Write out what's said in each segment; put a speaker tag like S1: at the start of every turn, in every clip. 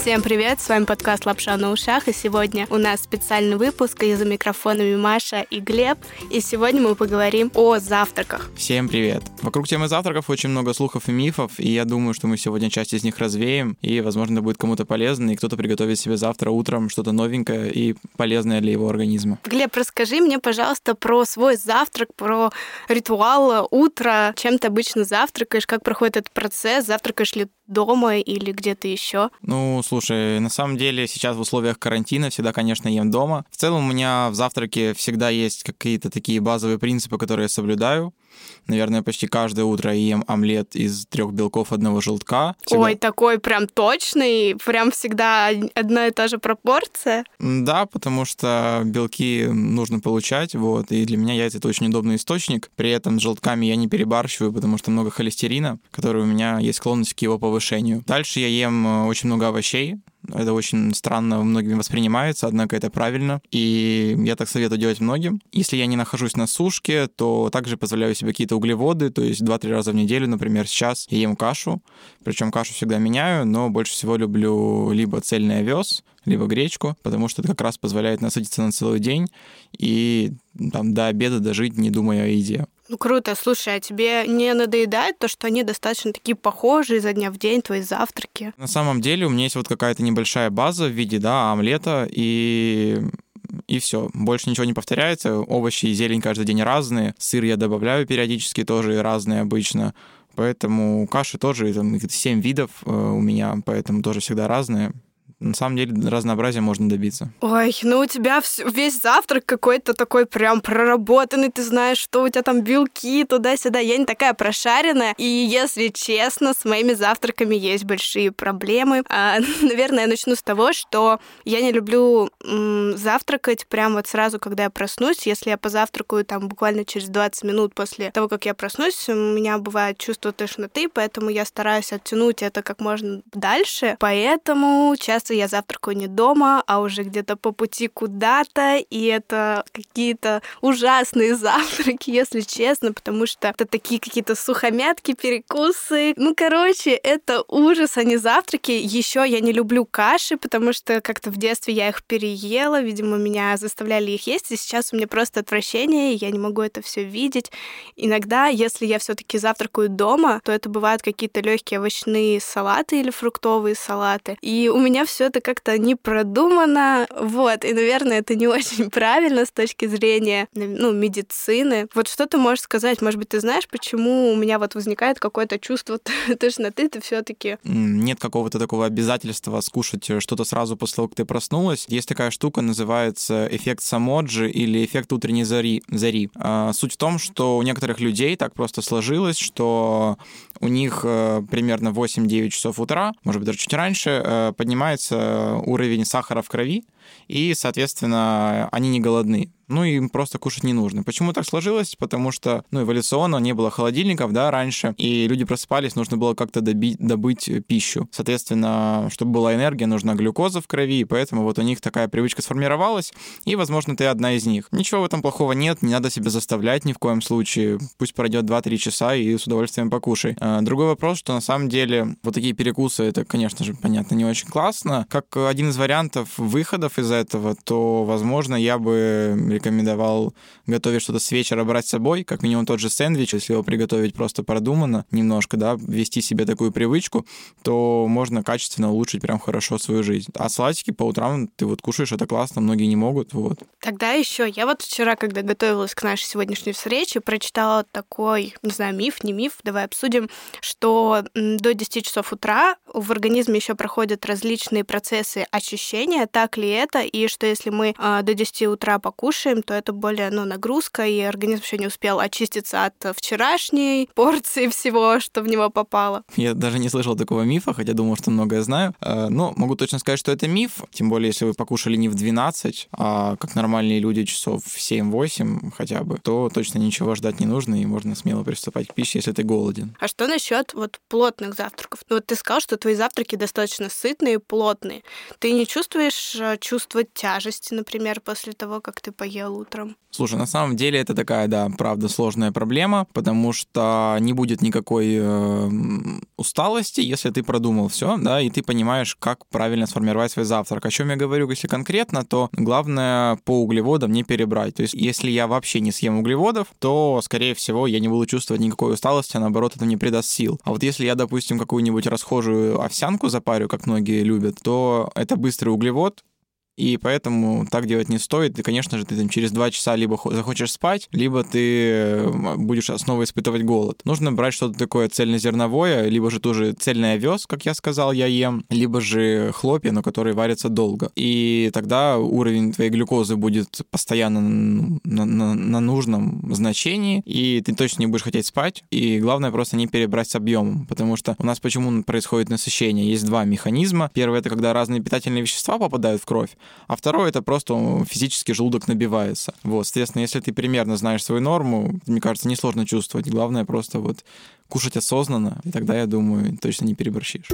S1: Всем привет, с вами подкаст «Лапша на ушах», и сегодня у нас специальный выпуск, и за микрофонами Маша и Глеб, и сегодня мы поговорим о завтраках.
S2: Всем привет! Вокруг темы завтраков очень много слухов и мифов, и я думаю, что мы сегодня часть из них развеем, и, возможно, это будет кому-то полезно, и кто-то приготовит себе завтра утром что-то новенькое и полезное для его организма.
S1: Глеб, расскажи мне, пожалуйста, про свой завтрак, про ритуал утра, чем ты обычно завтракаешь, как проходит этот процесс, завтракаешь ли дома или где-то еще?
S2: Ну, слушай, на самом деле сейчас в условиях карантина всегда, конечно, ем дома. В целом у меня в завтраке всегда есть какие-то такие базовые принципы, которые я соблюдаю. Наверное, почти каждое утро я ем омлет из 3 белков, 1 желтка. Всегда...
S1: Ой, такой прям точный, прям всегда одна и та же пропорция.
S2: Да, потому что белки нужно получать, вот, и для меня яйца — это очень удобный источник. При этом с желтками я не перебарщиваю, потому что много холестерина, который у меня есть склонность к его повышению. Дальше я ем очень много овощей. Это очень странно многими воспринимается, однако это правильно, и я так советую делать многим. Если я не нахожусь на сушке, то также позволяю себе какие-то углеводы, то есть 2-3 раза в неделю, например, сейчас я ем кашу, причем кашу всегда меняю, но больше всего люблю либо цельный овес, либо гречку, потому что это как раз позволяет насытиться на целый день и там до обеда дожить, не думая о еде.
S1: Ну, круто. Слушай, а тебе не надоедает то, что они достаточно такие похожие изо дня в день, твои завтраки?
S2: На самом деле у меня есть вот какая-то небольшая база в виде, омлета и все. Больше ничего не повторяется. Овощи и зелень каждый день разные. Сыр я добавляю периодически, тоже разные обычно. Поэтому каши тоже, там 7 видов у меня, поэтому тоже всегда разные. На самом деле разнообразия можно добиться.
S1: Ой, ну у тебя весь завтрак какой-то такой прям проработанный, ты знаешь, что у тебя там белки туда-сюда. Я не такая прошаренная, и если честно, с моими завтраками есть большие проблемы. Наверное, я начну с того, что я не люблю завтракать прям вот сразу, когда я проснусь. Если я позавтракаю там буквально через 20 минут после того, как я проснусь, у меня бывает чувство тошноты, поэтому я стараюсь оттянуть это как можно дальше. Поэтому часто я завтракаю не дома, а уже где-то по пути куда-то, и это какие-то ужасные завтраки, если честно, потому что это такие какие-то сухомятки, перекусы. Ну, короче, это ужас, а не завтраки. Еще я не люблю каши, потому что как-то в детстве я их переела, видимо, меня заставляли их есть, и сейчас у меня просто отвращение, и я не могу это все видеть. Иногда, если я все-таки завтракаю дома, то это бывают какие-то легкие овощные салаты или фруктовые салаты. И у меня все это как-то не продумано, вот, и, наверное, это не очень правильно с точки зрения, медицины. Вот что ты можешь сказать? Может быть, ты знаешь, почему у меня вот возникает какое-то чувство тошноты, ты все-таки?
S2: Нет какого-то такого обязательства скушать что-то сразу после того, как ты проснулась. Есть такая штука, называется эффект Самоджи или эффект утренней зари. Суть в том, что у некоторых людей так просто сложилось, что у них примерно 8-9 часов утра, может быть, даже чуть раньше, поднимается уровень сахара в крови, и, соответственно, они не голодны. Им просто кушать не нужно. Почему так сложилось? Потому что, эволюционно не было холодильников, раньше, и люди просыпались, нужно было как-то добыть пищу. Соответственно, чтобы была энергия, нужна глюкоза в крови, и поэтому вот у них такая привычка сформировалась, и, возможно, ты одна из них. Ничего в этом плохого нет, не надо себя заставлять ни в коем случае. Пусть пройдет 2-3 часа, и с удовольствием покушай. Другой вопрос, что на самом деле вот такие перекусы, это, конечно же, понятно, не очень классно. Как один из вариантов выходов из этого, то, возможно, я бы рекомендовал готовить что-то с вечера, брать с собой, как минимум тот же сэндвич, если его приготовить просто продуманно, немножко, ввести себе такую привычку, то можно качественно улучшить прям хорошо свою жизнь. А салатики по утрам ты вот кушаешь, это классно, многие не могут, вот.
S1: Тогда еще я вот вчера, когда готовилась к нашей сегодняшней встрече, прочитала такой, не знаю, миф, не миф, давай обсудим, что до 10 часов утра в организме еще проходят различные процессы очищения, так ли это, и что если мы до 10 утра покушаем, то это более нагрузка, и организм еще не успел очиститься от вчерашней порции всего, что в него попало.
S2: Я даже не слышал такого мифа, хотя думал, что многое знаю. Но могу точно сказать, что это миф, тем более, если вы покушали не в 12, а как нормальные люди часов в 7-8 хотя бы, то точно ничего ждать не нужно, и можно смело приступать к пище, если ты голоден.
S1: А что насчет плотных завтраков? Ты сказал, что твои завтраки достаточно сытные и плотные. Ты не чувствуешь чувство тяжести, например, после того, как ты поел ел утром.
S2: Слушай, на самом деле это такая, да, правда, сложная проблема, потому что не будет никакой усталости, если ты продумал все, да, и ты понимаешь, как правильно сформировать свой завтрак. О чем я говорю, если конкретно, то главное по углеводам не перебрать. То есть если я вообще не съем углеводов, то, скорее всего, я не буду чувствовать никакой усталости, а наоборот, это мне придаст сил. А вот если я, допустим, какую-нибудь расхожую овсянку запарю, как многие любят, то это быстрый углевод, и поэтому так делать не стоит. И, конечно же, ты там через 2 часа либо захочешь спать, либо ты будешь снова испытывать голод. Нужно брать что-то такое цельнозерновое, либо же тоже цельный овес, как я сказал, я ем, либо же хлопья, но которые варятся долго. И тогда уровень твоей глюкозы будет постоянно на нужном значении, и ты точно не будешь хотеть спать. И главное просто не перебрать с объемом, потому что у нас почему происходит насыщение? Есть 2 механизма. Первый — это когда разные питательные вещества попадают в кровь, а второе — это просто физически желудок набивается. Вот, соответственно, если ты примерно знаешь свою норму, мне кажется, несложно чувствовать. Главное просто вот кушать осознанно, и тогда, я думаю, точно не переборщишь.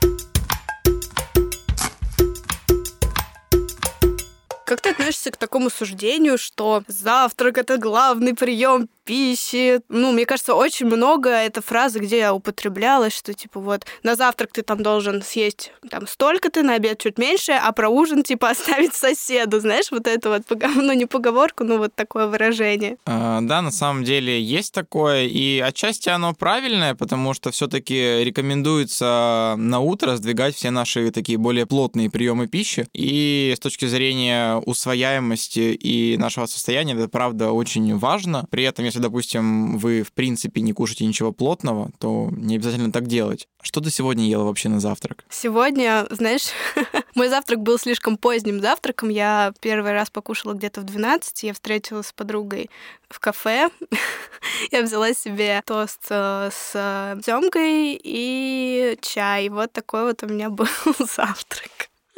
S1: Как ты относишься к такому суждению, что завтрак — это главный прием пищи? Ну, мне кажется, очень много эта фраза, где употреблялась, что типа вот на завтрак ты там должен съесть там столько-то, на обед чуть меньше, а про ужин типа оставить соседу. Знаешь, вот это вот, ну не поговорку, но вот такое выражение.
S2: Да, на самом деле есть такое, и отчасти оно правильное, потому что все-таки рекомендуется на утро сдвигать все наши такие более плотные приемы пищи, и с точки зрения усвояемости и нашего состояния это, правда, очень важно. При этом, если, допустим, вы, в принципе, не кушаете ничего плотного, то не обязательно так делать. Что ты сегодня ела вообще на завтрак?
S1: Сегодня, знаешь, мой завтрак был слишком поздним завтраком. Я первый раз покушала где-то в 12, я встретилась с подругой в кафе. Я взяла себе тост с сёмкой и чай. Вот такой вот у меня был завтрак.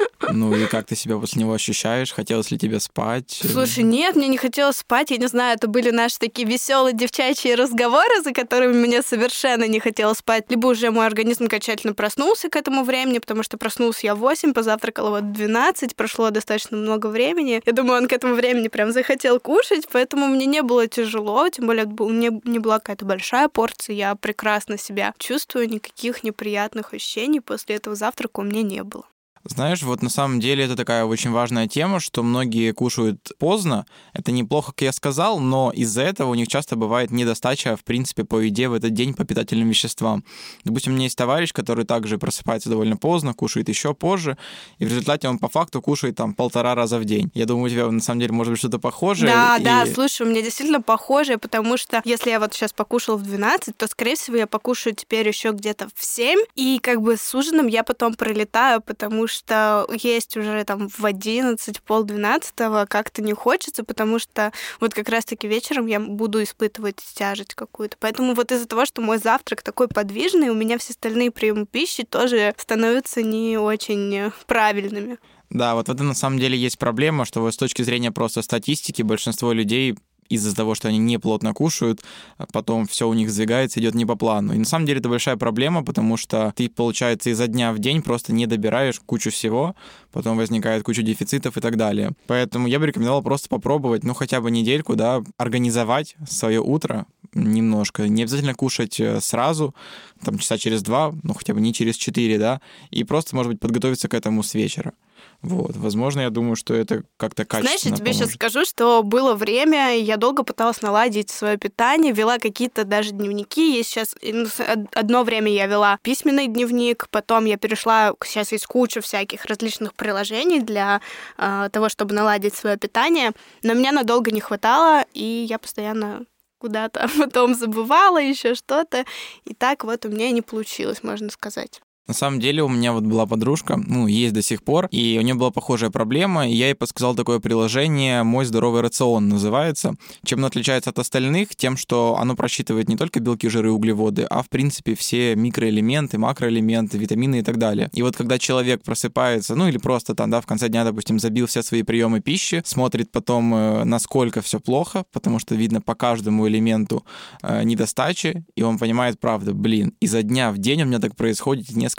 S2: Ну и как ты себя после него ощущаешь? Хотелось ли тебе спать?
S1: Слушай, нет, мне не хотелось спать. Я не знаю, это были наши такие веселые девчачьи разговоры, за которыми мне совершенно не хотелось спать. Либо уже мой организм окончательно проснулся к этому времени, потому что проснулся я в 8, позавтракала вот в 12, прошло достаточно много времени. Я думаю, он к этому времени прям захотел кушать, поэтому мне не было тяжело, тем более у меня не была какая-то большая порция, я прекрасно себя чувствую, никаких неприятных ощущений после этого завтрака у меня не было.
S2: Знаешь, вот на самом деле это такая очень важная тема, что многие кушают поздно. Это неплохо, как я сказал, но из-за этого у них часто бывает недостача, в принципе, по еде в этот день по питательным веществам. Допустим, у меня есть товарищ, который также просыпается довольно поздно, кушает еще позже, и в результате он по факту кушает там 1,5 раза в день. Я думаю, у тебя на самом деле может быть что-то похожее.
S1: Да, слушай, у меня действительно похожее, потому что если я вот сейчас покушала в 12, то, скорее всего, я покушаю теперь еще где-то в 7, и как бы с ужином я потом пролетаю, потому что есть уже там в 11, 11:30 как-то не хочется, потому что вот как раз-таки вечером я буду испытывать тяжесть какую-то. Поэтому вот из-за того, что мой завтрак такой подвижный, у меня все остальные приемы пищи тоже становятся не очень правильными.
S2: Да, вот это на самом деле есть проблема, что вот с точки зрения просто статистики большинство людей из-за того, что они не плотно кушают, потом все у них сдвигается, идет не по плану. И на самом деле это большая проблема, потому что ты, получается, изо дня в день просто не добираешь кучу всего, потом возникает куча дефицитов и так далее. Поэтому я бы рекомендовал просто попробовать, ну, хотя бы недельку, да, организовать свое утро немножко. Не обязательно кушать сразу, там, часа через 2, ну, хотя бы не через 4, да, и просто, может быть, подготовиться к этому с вечера. Вот, возможно, я думаю, что это как-то качественно
S1: Знаешь, я тебе
S2: поможет.
S1: сейчас скажу, что было время, и я долго пыталась наладить свое питание, вела какие-то даже дневники. Есть сейчас одно время я вела письменный дневник, потом я перешла, сейчас есть куча всяких различных приложений для того, чтобы наладить свое питание, но меня надолго не хватало, и я постоянно куда-то потом забывала еще что-то, и так вот у меня и не получилось, можно сказать.
S2: На самом деле у меня вот была подружка, ну, есть до сих пор, и у нее была похожая проблема, и я ей подсказал такое приложение «Мой здоровый рацион» называется. Чем оно отличается от остальных? Тем, что оно просчитывает не только белки, жиры и углеводы, а, в принципе, все микроэлементы, макроэлементы, витамины и так далее. И вот когда человек просыпается, ну, или просто там, да, в конце дня, допустим, забил все свои приемы пищи, смотрит потом, насколько все плохо, потому что видно по каждому элементу недостачи, и он понимает, правда, изо дня в день у меня так происходит несколько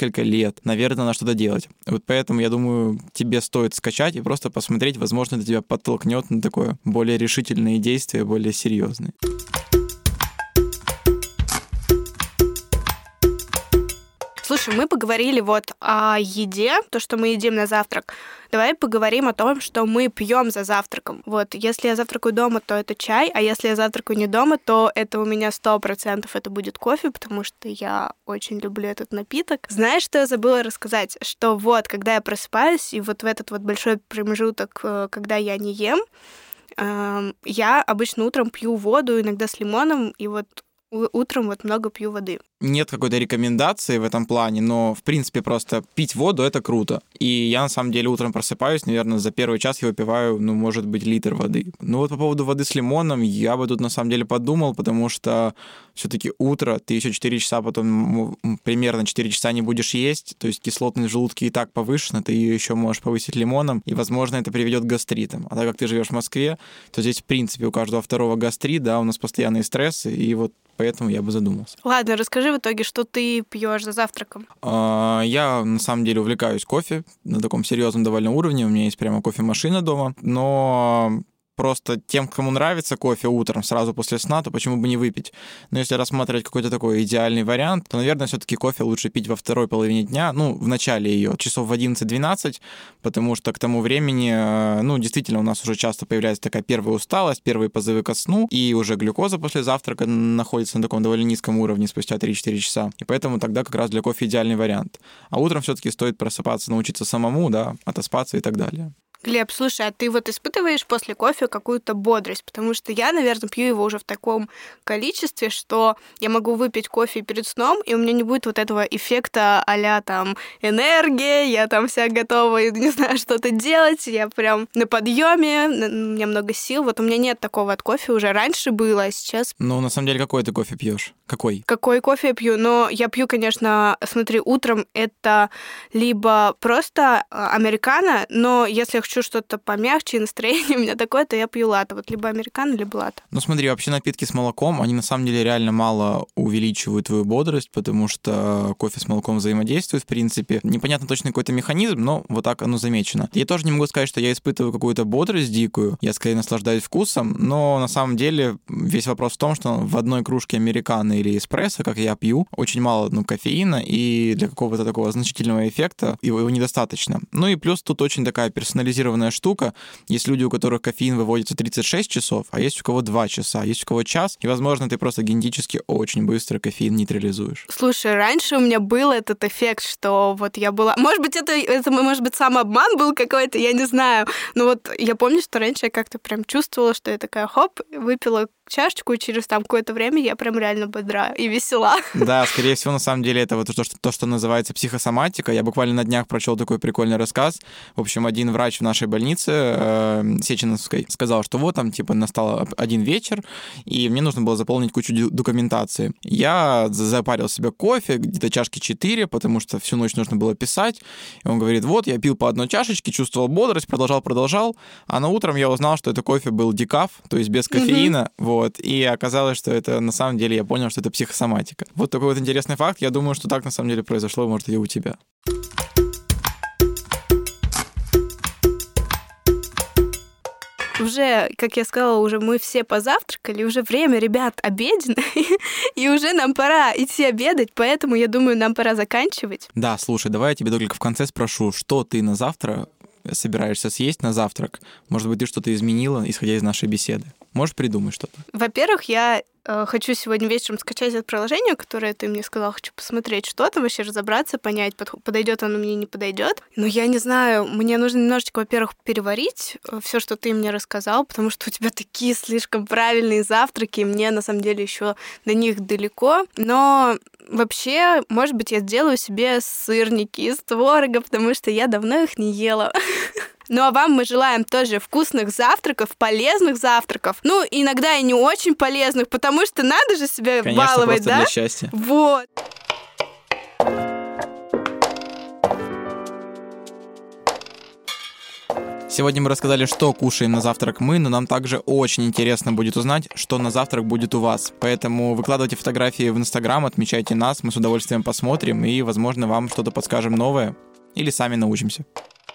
S2: несколько лет, наверное, надо что-то делать. Вот поэтому, я думаю, тебе стоит скачать и просто посмотреть, возможно, это тебя подтолкнет на такое более решительные действия, более серьезные.
S1: Слушай, мы поговорили вот о еде, то, что мы едим на завтрак. Давай поговорим о том, что мы пьем за завтраком. Вот, если я завтракаю дома, то это чай, а если я завтракаю не дома, то это у меня 100% это будет кофе, потому что я очень люблю этот напиток. Знаешь, что я забыла рассказать? Что вот, когда я просыпаюсь, и вот в этот вот большой промежуток, когда я не ем, я обычно утром пью воду, иногда с лимоном, и вот утром вот много пью воды.
S2: Нет какой-то рекомендации в этом плане, но, в принципе, просто пить воду — это круто. И я, на самом деле, утром просыпаюсь, наверное, за первый час я выпиваю, может быть, литр воды. Ну вот по поводу воды с лимоном я бы тут, на самом деле, подумал, потому что все-таки утро, ты еще 4 часа потом, примерно 4 часа не будешь есть, то есть кислотность в желудке и так повышена, ты ее еще можешь повысить лимоном, и, возможно, это приведет к гастритам. А так как ты живешь в Москве, то здесь, в принципе, у каждого второго гастрит, да, у нас постоянные стрессы, и вот поэтому я бы задумался.
S1: Ладно, расскажи в итоге, что ты пьешь за завтраком.
S2: Я, на самом деле, увлекаюсь кофе на таком серьезном довольно уровне. У меня есть прямо кофемашина дома, но просто тем, кому нравится кофе утром, сразу после сна, то почему бы не выпить? Но если рассматривать какой-то такой идеальный вариант, то, наверное, все-таки кофе лучше пить во второй половине дня, в начале ее, часов в 11-12, потому что к тому времени, действительно, у нас уже часто появляется такая первая усталость, первые позывы ко сну, и уже глюкоза после завтрака находится на таком довольно низком уровне спустя 3-4 часа. И поэтому тогда как раз для кофе идеальный вариант. А утром все-таки стоит просыпаться, научиться самому, да, отоспаться и так далее.
S1: Глеб, слушай, а ты вот испытываешь после кофе какую-то бодрость? Потому что я, наверное, пью его уже в таком количестве, что я могу выпить кофе перед сном, и у меня не будет вот этого эффекта а-ля там энергия, я там вся готова и не знаю, что-то делать, я прям на подъеме, у меня много сил. Вот у меня нет такого от кофе, уже раньше было, а сейчас...
S2: На самом деле, какой ты кофе пьешь? Какой?
S1: Какой кофе я пью? Но я пью, конечно, смотри, утром это либо просто американо, но если я хочу что-то помягче, и настроение у меня такое, то я пью латте. Вот либо американо, либо латте.
S2: Смотри, вообще напитки с молоком, они на самом деле реально мало увеличивают твою бодрость, потому что кофе с молоком взаимодействует, в принципе. Непонятно точно какой-то механизм, но вот так оно замечено. Я тоже не могу сказать, что я испытываю какую-то бодрость дикую, я скорее наслаждаюсь вкусом, но на самом деле весь вопрос в том, что в одной кружке американо или эспрессо, как я пью, очень мало кофеина, и для какого-то такого значительного эффекта его недостаточно. И плюс тут очень такая персонализированная штука. Есть люди, у которых кофеин выводится 36 часов, а есть у кого 2 часа, есть у кого час, и, возможно, ты просто генетически очень быстро кофеин нейтрализуешь.
S1: Слушай, раньше у меня был этот эффект, что вот я была... Может быть, это может быть, самообман был какой-то, я не знаю. Но вот я помню, что раньше я как-то прям чувствовала, что я такая, хоп, выпила чашечку, и через там какое-то время я прям реально бодра и весела.
S2: Да, скорее всего, на самом деле, это вот то, что называется психосоматика. Я буквально на днях прочел такой прикольный рассказ. В общем, один врач в нашей больнице Сеченовской сказал, что вот там, настал один вечер, и мне нужно было заполнить кучу документации. Я запарил себе кофе, где-то чашки 4, потому что всю ночь нужно было писать. И он говорит, вот, я пил по одной чашечке, чувствовал бодрость, продолжал, а на утром я узнал, что это кофе был декаф, то есть без кофеина, вот, и оказалось, что это, на самом деле, я понял, что это психосоматика. Вот такой вот интересный факт. Я думаю, что так, на самом деле, произошло, может, и у тебя.
S1: Уже, как я сказала, уже мы все позавтракали, уже время, ребят, обеденное, и уже нам пора идти обедать, поэтому, я думаю, нам пора заканчивать.
S2: Да, слушай, давай я тебе только в конце спрошу, что ты на завтра собираешься съесть на завтрак? Может быть, ты что-то изменила, исходя из нашей беседы? Можешь придумать что-то?
S1: Во-первых, я хочу сегодня вечером скачать это приложение, которое ты мне сказал, хочу посмотреть, что там, вообще разобраться, понять, подойдет оно мне, не подойдет. Но я не знаю, мне нужно немножечко, во-первых, переварить все, что ты мне рассказал, потому что у тебя такие слишком правильные завтраки, и мне, на самом деле, еще до них далеко. Но вообще, может быть, я сделаю себе сырники из творога, потому что я давно их не ела. Ну а вам мы желаем тоже вкусных завтраков, полезных завтраков. Иногда и не очень полезных, потому что надо же себя баловать, да?
S2: Для счастья.
S1: Вот.
S2: Сегодня мы рассказали, что кушаем на завтрак мы, но нам также очень интересно будет узнать, что на завтрак будет у вас. Поэтому выкладывайте фотографии в Инстаграм, отмечайте нас, мы с удовольствием посмотрим и, возможно, вам что-то подскажем новое или сами научимся.